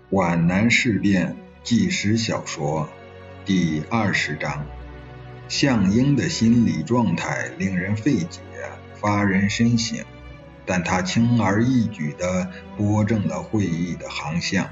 皖南事变纪实小说第20章。项英的心理状态令人费解，发人深省，但他轻而易举地拨正了会议的航向。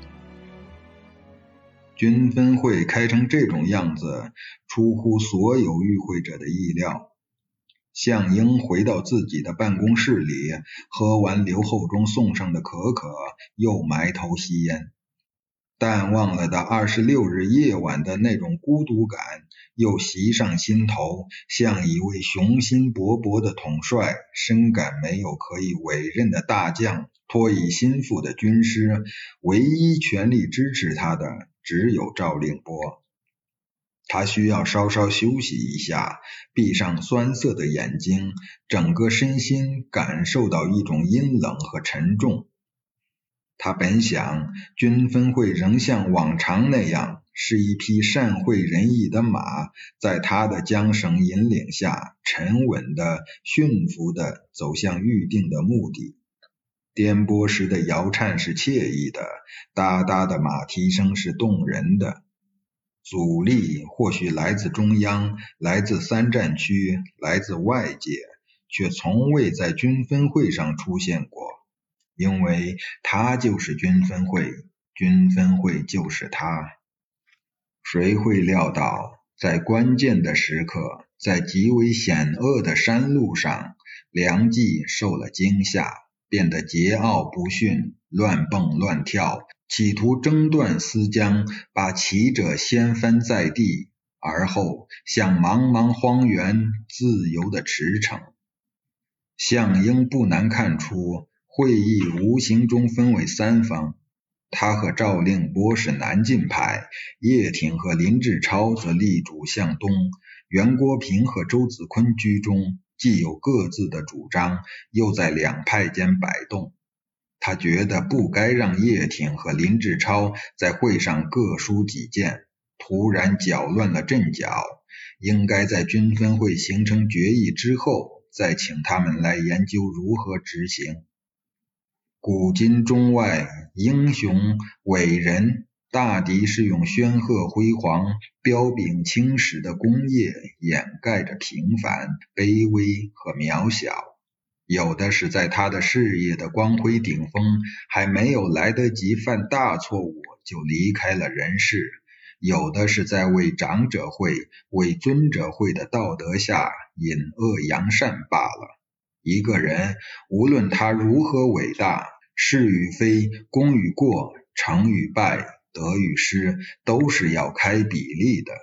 军分会开成这种样子，出乎所有与会者的意料。项英回到自己的办公室里，喝完刘厚中送上的可可，又埋头吸烟。淡忘了的26日夜晚的那种孤独感又袭上心头，像一位雄心勃勃的统帅深感没有可以委任的大将，托以心腹的军师，唯一全力支持他的只有赵令波。他需要稍稍休息一下，闭上酸涩的眼睛，整个身心感受到一种阴冷和沉重。他本想军分会仍像往常那样，是一匹善会人意的马，在他的缰绳引领下，沉稳的、驯服的走向预定的目的。颠簸时的摇颤是惬意的，哒哒的马蹄声是动人的。阻力或许来自中央，来自三战区，来自外界，却从未在军分会上出现过，因为他就是军分会，军分会就是他。谁会料到，在关键的时刻，在极为险恶的山路上，梁冀受了惊吓，变得桀骜不驯，乱蹦乱跳，企图挣断丝缰，把骑者掀翻在地，而后向茫茫荒原自由地驰骋。项英不难看出，会议无形中分为三方，他和赵令波是南进派，叶挺和林志超则力主向东，袁国平和周子坤居中，既有各自的主张，又在两派间摆动。他觉得不该让叶挺和林志超在会上各抒己见，突然搅乱了阵脚，应该在军分会形成决议之后，再请他们来研究如何执行。古今中外，英雄伟人大抵是用煊赫辉煌、彪炳青史的功业掩盖着平凡、卑微和渺小，有的是在他的事业的光辉顶峰还没有来得及犯大错误就离开了人世，有的是在为长者会、为尊者会的道德下隐恶扬善罢了。一个人无论他如何伟大，是与非，功与过，成与败，得与失，都是要开比例的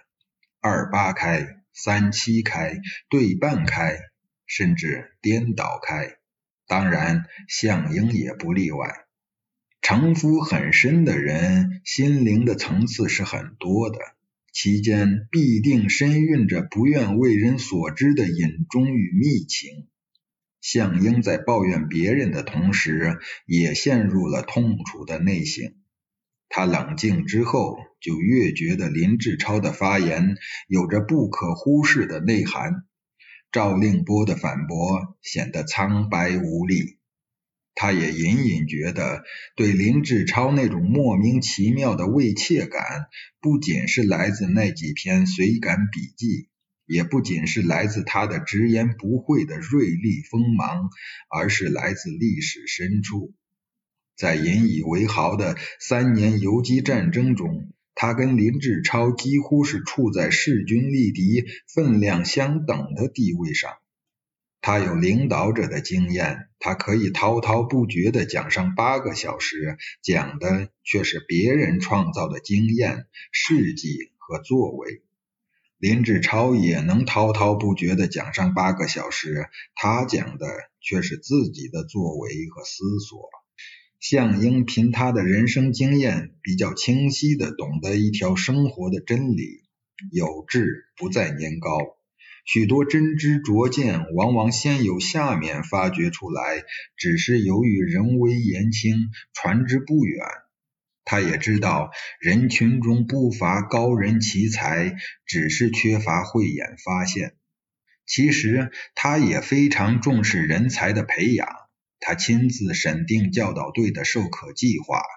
，28开、37开、对半开，甚至颠倒开。当然项英也不例外。城府很深的人，心灵的层次是很多的，其间必定深蕴着不愿为人所知的隐衷与密情。项英在抱怨别人的同时，也陷入了痛楚的内省。他冷静之后，就越觉得林志超的发言有着不可忽视的内涵，赵令波的反驳显得苍白无力。他也隐隐觉得，对林志超那种莫名其妙的畏怯感，不仅是来自那几篇随感笔记，也不仅是来自他的直言不讳的锐利锋芒，而是来自历史深处。在引以为豪的3年游击战争中，他跟林志超几乎是处在势均力敌、分量相等的地位上。他有领导者的经验，他可以滔滔不绝地讲上8个小时，讲的却是别人创造的经验、事迹和作为。林志超也能滔滔不绝地讲上8个小时，他讲的却是自己的作为和思索。项英凭他的人生经验，比较清晰地懂得一条生活的真理：有志不在年高。许多真知灼见往往先有下面发掘出来，只是由于人微言轻，传之不远。他也知道人群中不乏高人奇才，只是缺乏慧眼发现。其实他也非常重视人才的培养，他亲自审定教导队的授课计划，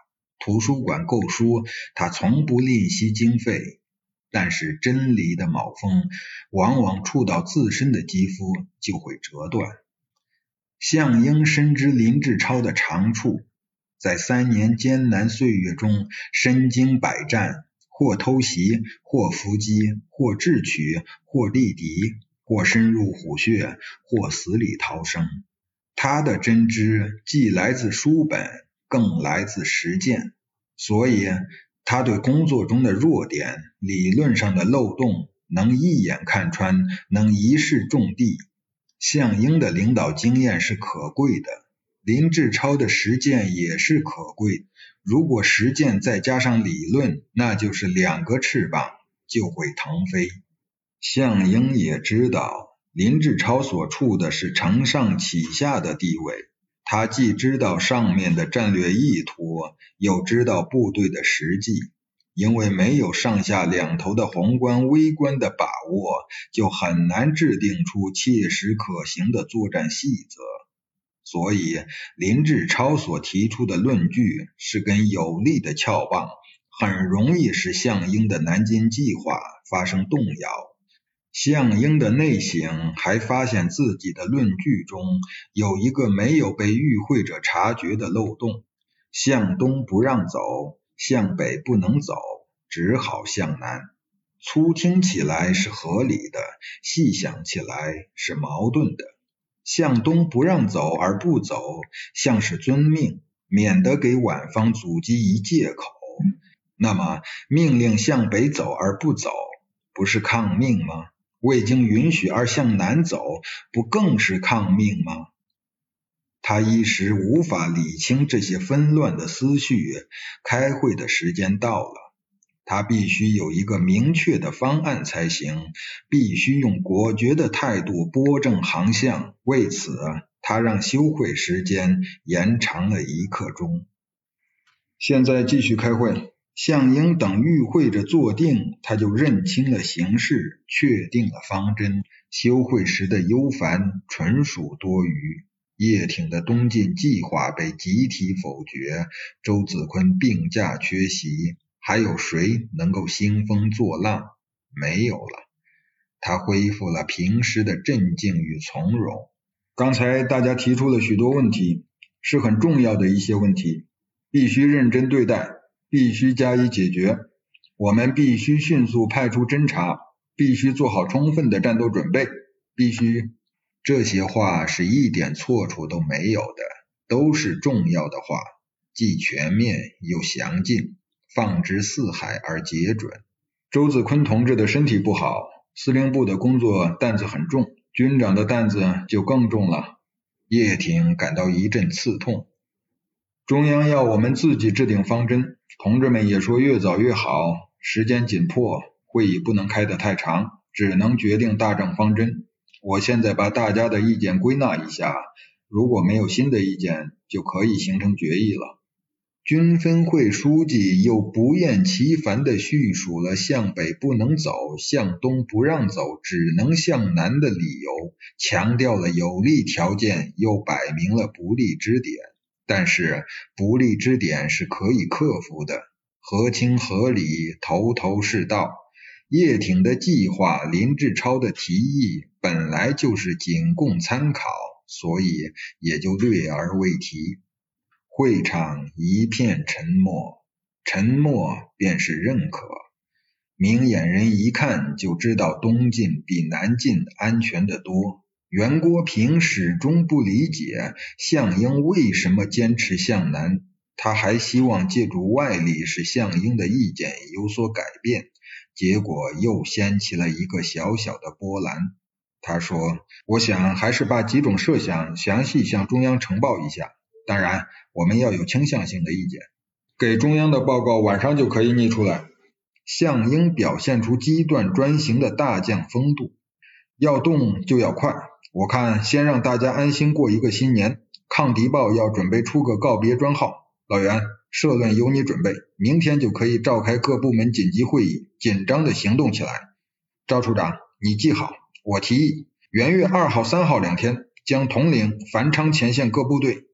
图书馆购书，他从不吝惜经费，但是真理的矛锋往往触到自身的肌肤就会折断。项英深知林志超的长处，在3年艰难岁月中身经百战，或偷袭，或伏击，或智取，或力敌，或深入虎穴，或死里逃生。他的真知既来自书本，更来自实践，所以他对工作中的弱点、理论上的漏洞能一眼看穿，能一试中的。项英的领导经验是可贵的，林志超的实践也是可贵的。如果实践再加上理论，那就是2个翅膀，就会腾飞。项英也知道林志超所处的是承上启下的地位，他既知道上面的战略意图，又知道部队的实际，因为没有上下两头的宏观微观的把握，就很难制定出切实可行的作战细则。所以林志超所提出的论据是根有力的撬棒，很容易使项英的南京计划发生动摇。项英的内省还发现自己的论据中有一个没有被与会者察觉的漏洞，向东不让走，向北不能走，只好向南。粗听起来是合理的，细想起来是矛盾的。向东不让走而不走，像是遵命，免得给皖方阻击一借口。那么命令向北走而不走，不是抗命吗？未经允许而向南走，不更是抗命吗？他一时无法理清这些纷乱的思绪，开会的时间到了，他必须有一个明确的方案才行，必须用果决的态度拨正航向。为此，他让休会时间延长了1刻钟。现在继续开会。项英等与会者坐定，他就认清了形势，确定了方针。休会时的忧烦纯属多余。叶挺的东进计划被集体否决，周子坤病假缺席，还有谁能够兴风作浪？没有了。他恢复了平时的镇静与从容。刚才大家提出了许多问题，是很重要的一些问题，必须认真对待，必须加以解决。我们必须迅速派出侦察，必须做好充分的战斗准备，必须……这些话是一点错处都没有的，都是重要的话，既全面又详尽，放之四海而皆准。周子坤同志的身体不好，司令部的工作担子很重，军长的担子就更重了。叶挺感到一阵刺痛。中央要我们自己制定方针，同志们也说越早越好，时间紧迫，会议不能开得太长，只能决定大政方针。我现在把大家的意见归纳一下，如果没有新的意见，就可以形成决议了。军分会书记又不厌其烦地叙述了向北不能走，向东不让走，只能向南的理由，强调了有利条件，又摆明了不利之点。但是不利之点是可以克服的，合情合理，头头是道。叶挺的计划，林志超的提议本来就是仅供参考，所以也就略而未提。会场一片沉默，沉默便是认可。明眼人一看就知道东进比南进安全得多。袁国平始终不理解项英为什么坚持向南，他还希望借助外力使项英的意见有所改变，结果又掀起了一个小小的波澜。他说，我想还是把几种设想详细向中央呈报一下，当然我们要有倾向性的意见，给中央的报告晚上就可以拟出来。项英表现出机断专行的大将风度，要动就要快，我看先让大家安心过一个新年，抗敌报要准备出个告别专号。老袁，社论由你准备，明天就可以召开各部门紧急会议，紧张的行动起来。赵处长，你记好，我提议元月2号、3号2天，将统领繁昌前线各部队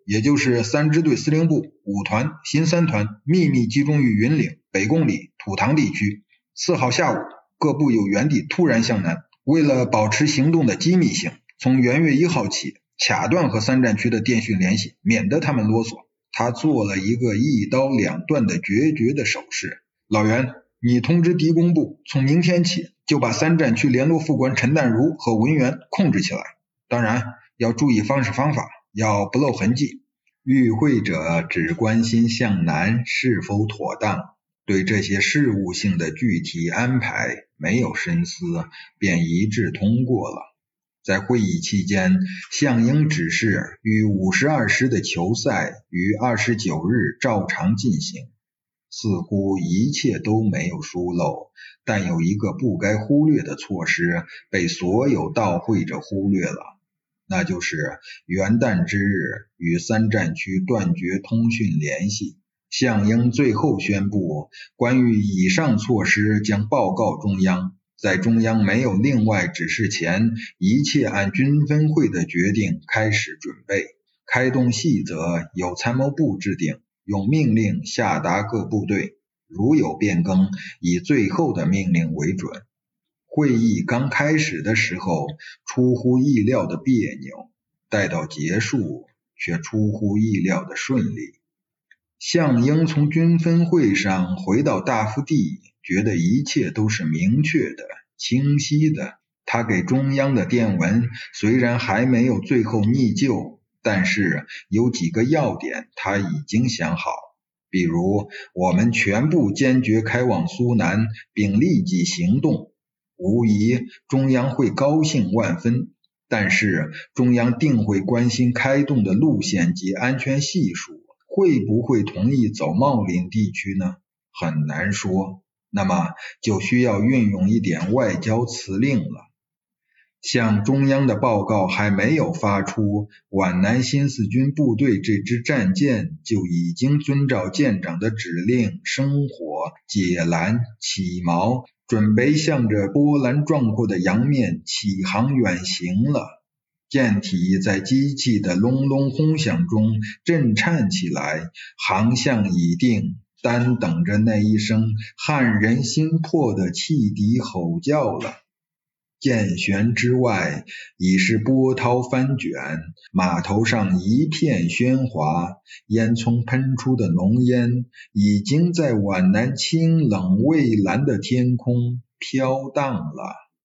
也就是3支队司令部、5团、新3团秘密集中于云岭、北贡里、土塘地区。4号下午，各部由原地突然向南，为了保持行动的机密性，从元月1号起卡断和3战区的电讯联系，免得他们啰嗦。他做了一个一刀两断的决绝的手势。老袁，你通知敌工部，从明天起就把3战区联络副官陈淡如和文员控制起来，当然要注意方式方法，要不露痕迹。与会者只关心向南是否妥当，对这些事务性的具体安排没有深思，便一致通过了。在会议期间，项英指示与52师的球赛于29日照常进行。似乎一切都没有疏漏，但有一个不该忽略的措施被所有到会者忽略了，那就是元旦之日与3战区断绝通讯联系。项英最后宣布，关于以上措施将报告中央，在中央没有另外指示前，一切按军分会的决定开始准备，开动细则由参谋部制定，用命令下达各部队，如有变更，以最后的命令为准。会议刚开始的时候出乎意料的别扭，待到结束却出乎意料的顺利。项英从军分会上回到大腹地，觉得一切都是明确的、清晰的。他给中央的电文虽然还没有最后拟就，但是有几个要点他已经想好，比如我们全部坚决开往苏南，并立即行动。无疑中央会高兴万分，但是中央定会关心开动的路线及安全系数，会不会同意走茂林地区呢？很难说，那么就需要运用一点外交辞令了。向中央的报告还没有发出，皖南新四军部队这支战舰就已经遵照舰长的指令生火、解缆、起锚，准备向着波澜壮阔的洋面起航远行了。舰体在机器的隆隆轰响中震颤起来，航向已定，单等着那一声撼人心魄的汽笛吼叫了。舰舷之外已是波涛翻卷，码头上一片喧哗，烟囱喷出的浓烟已经在皖南清冷蔚蓝的天空飘荡了。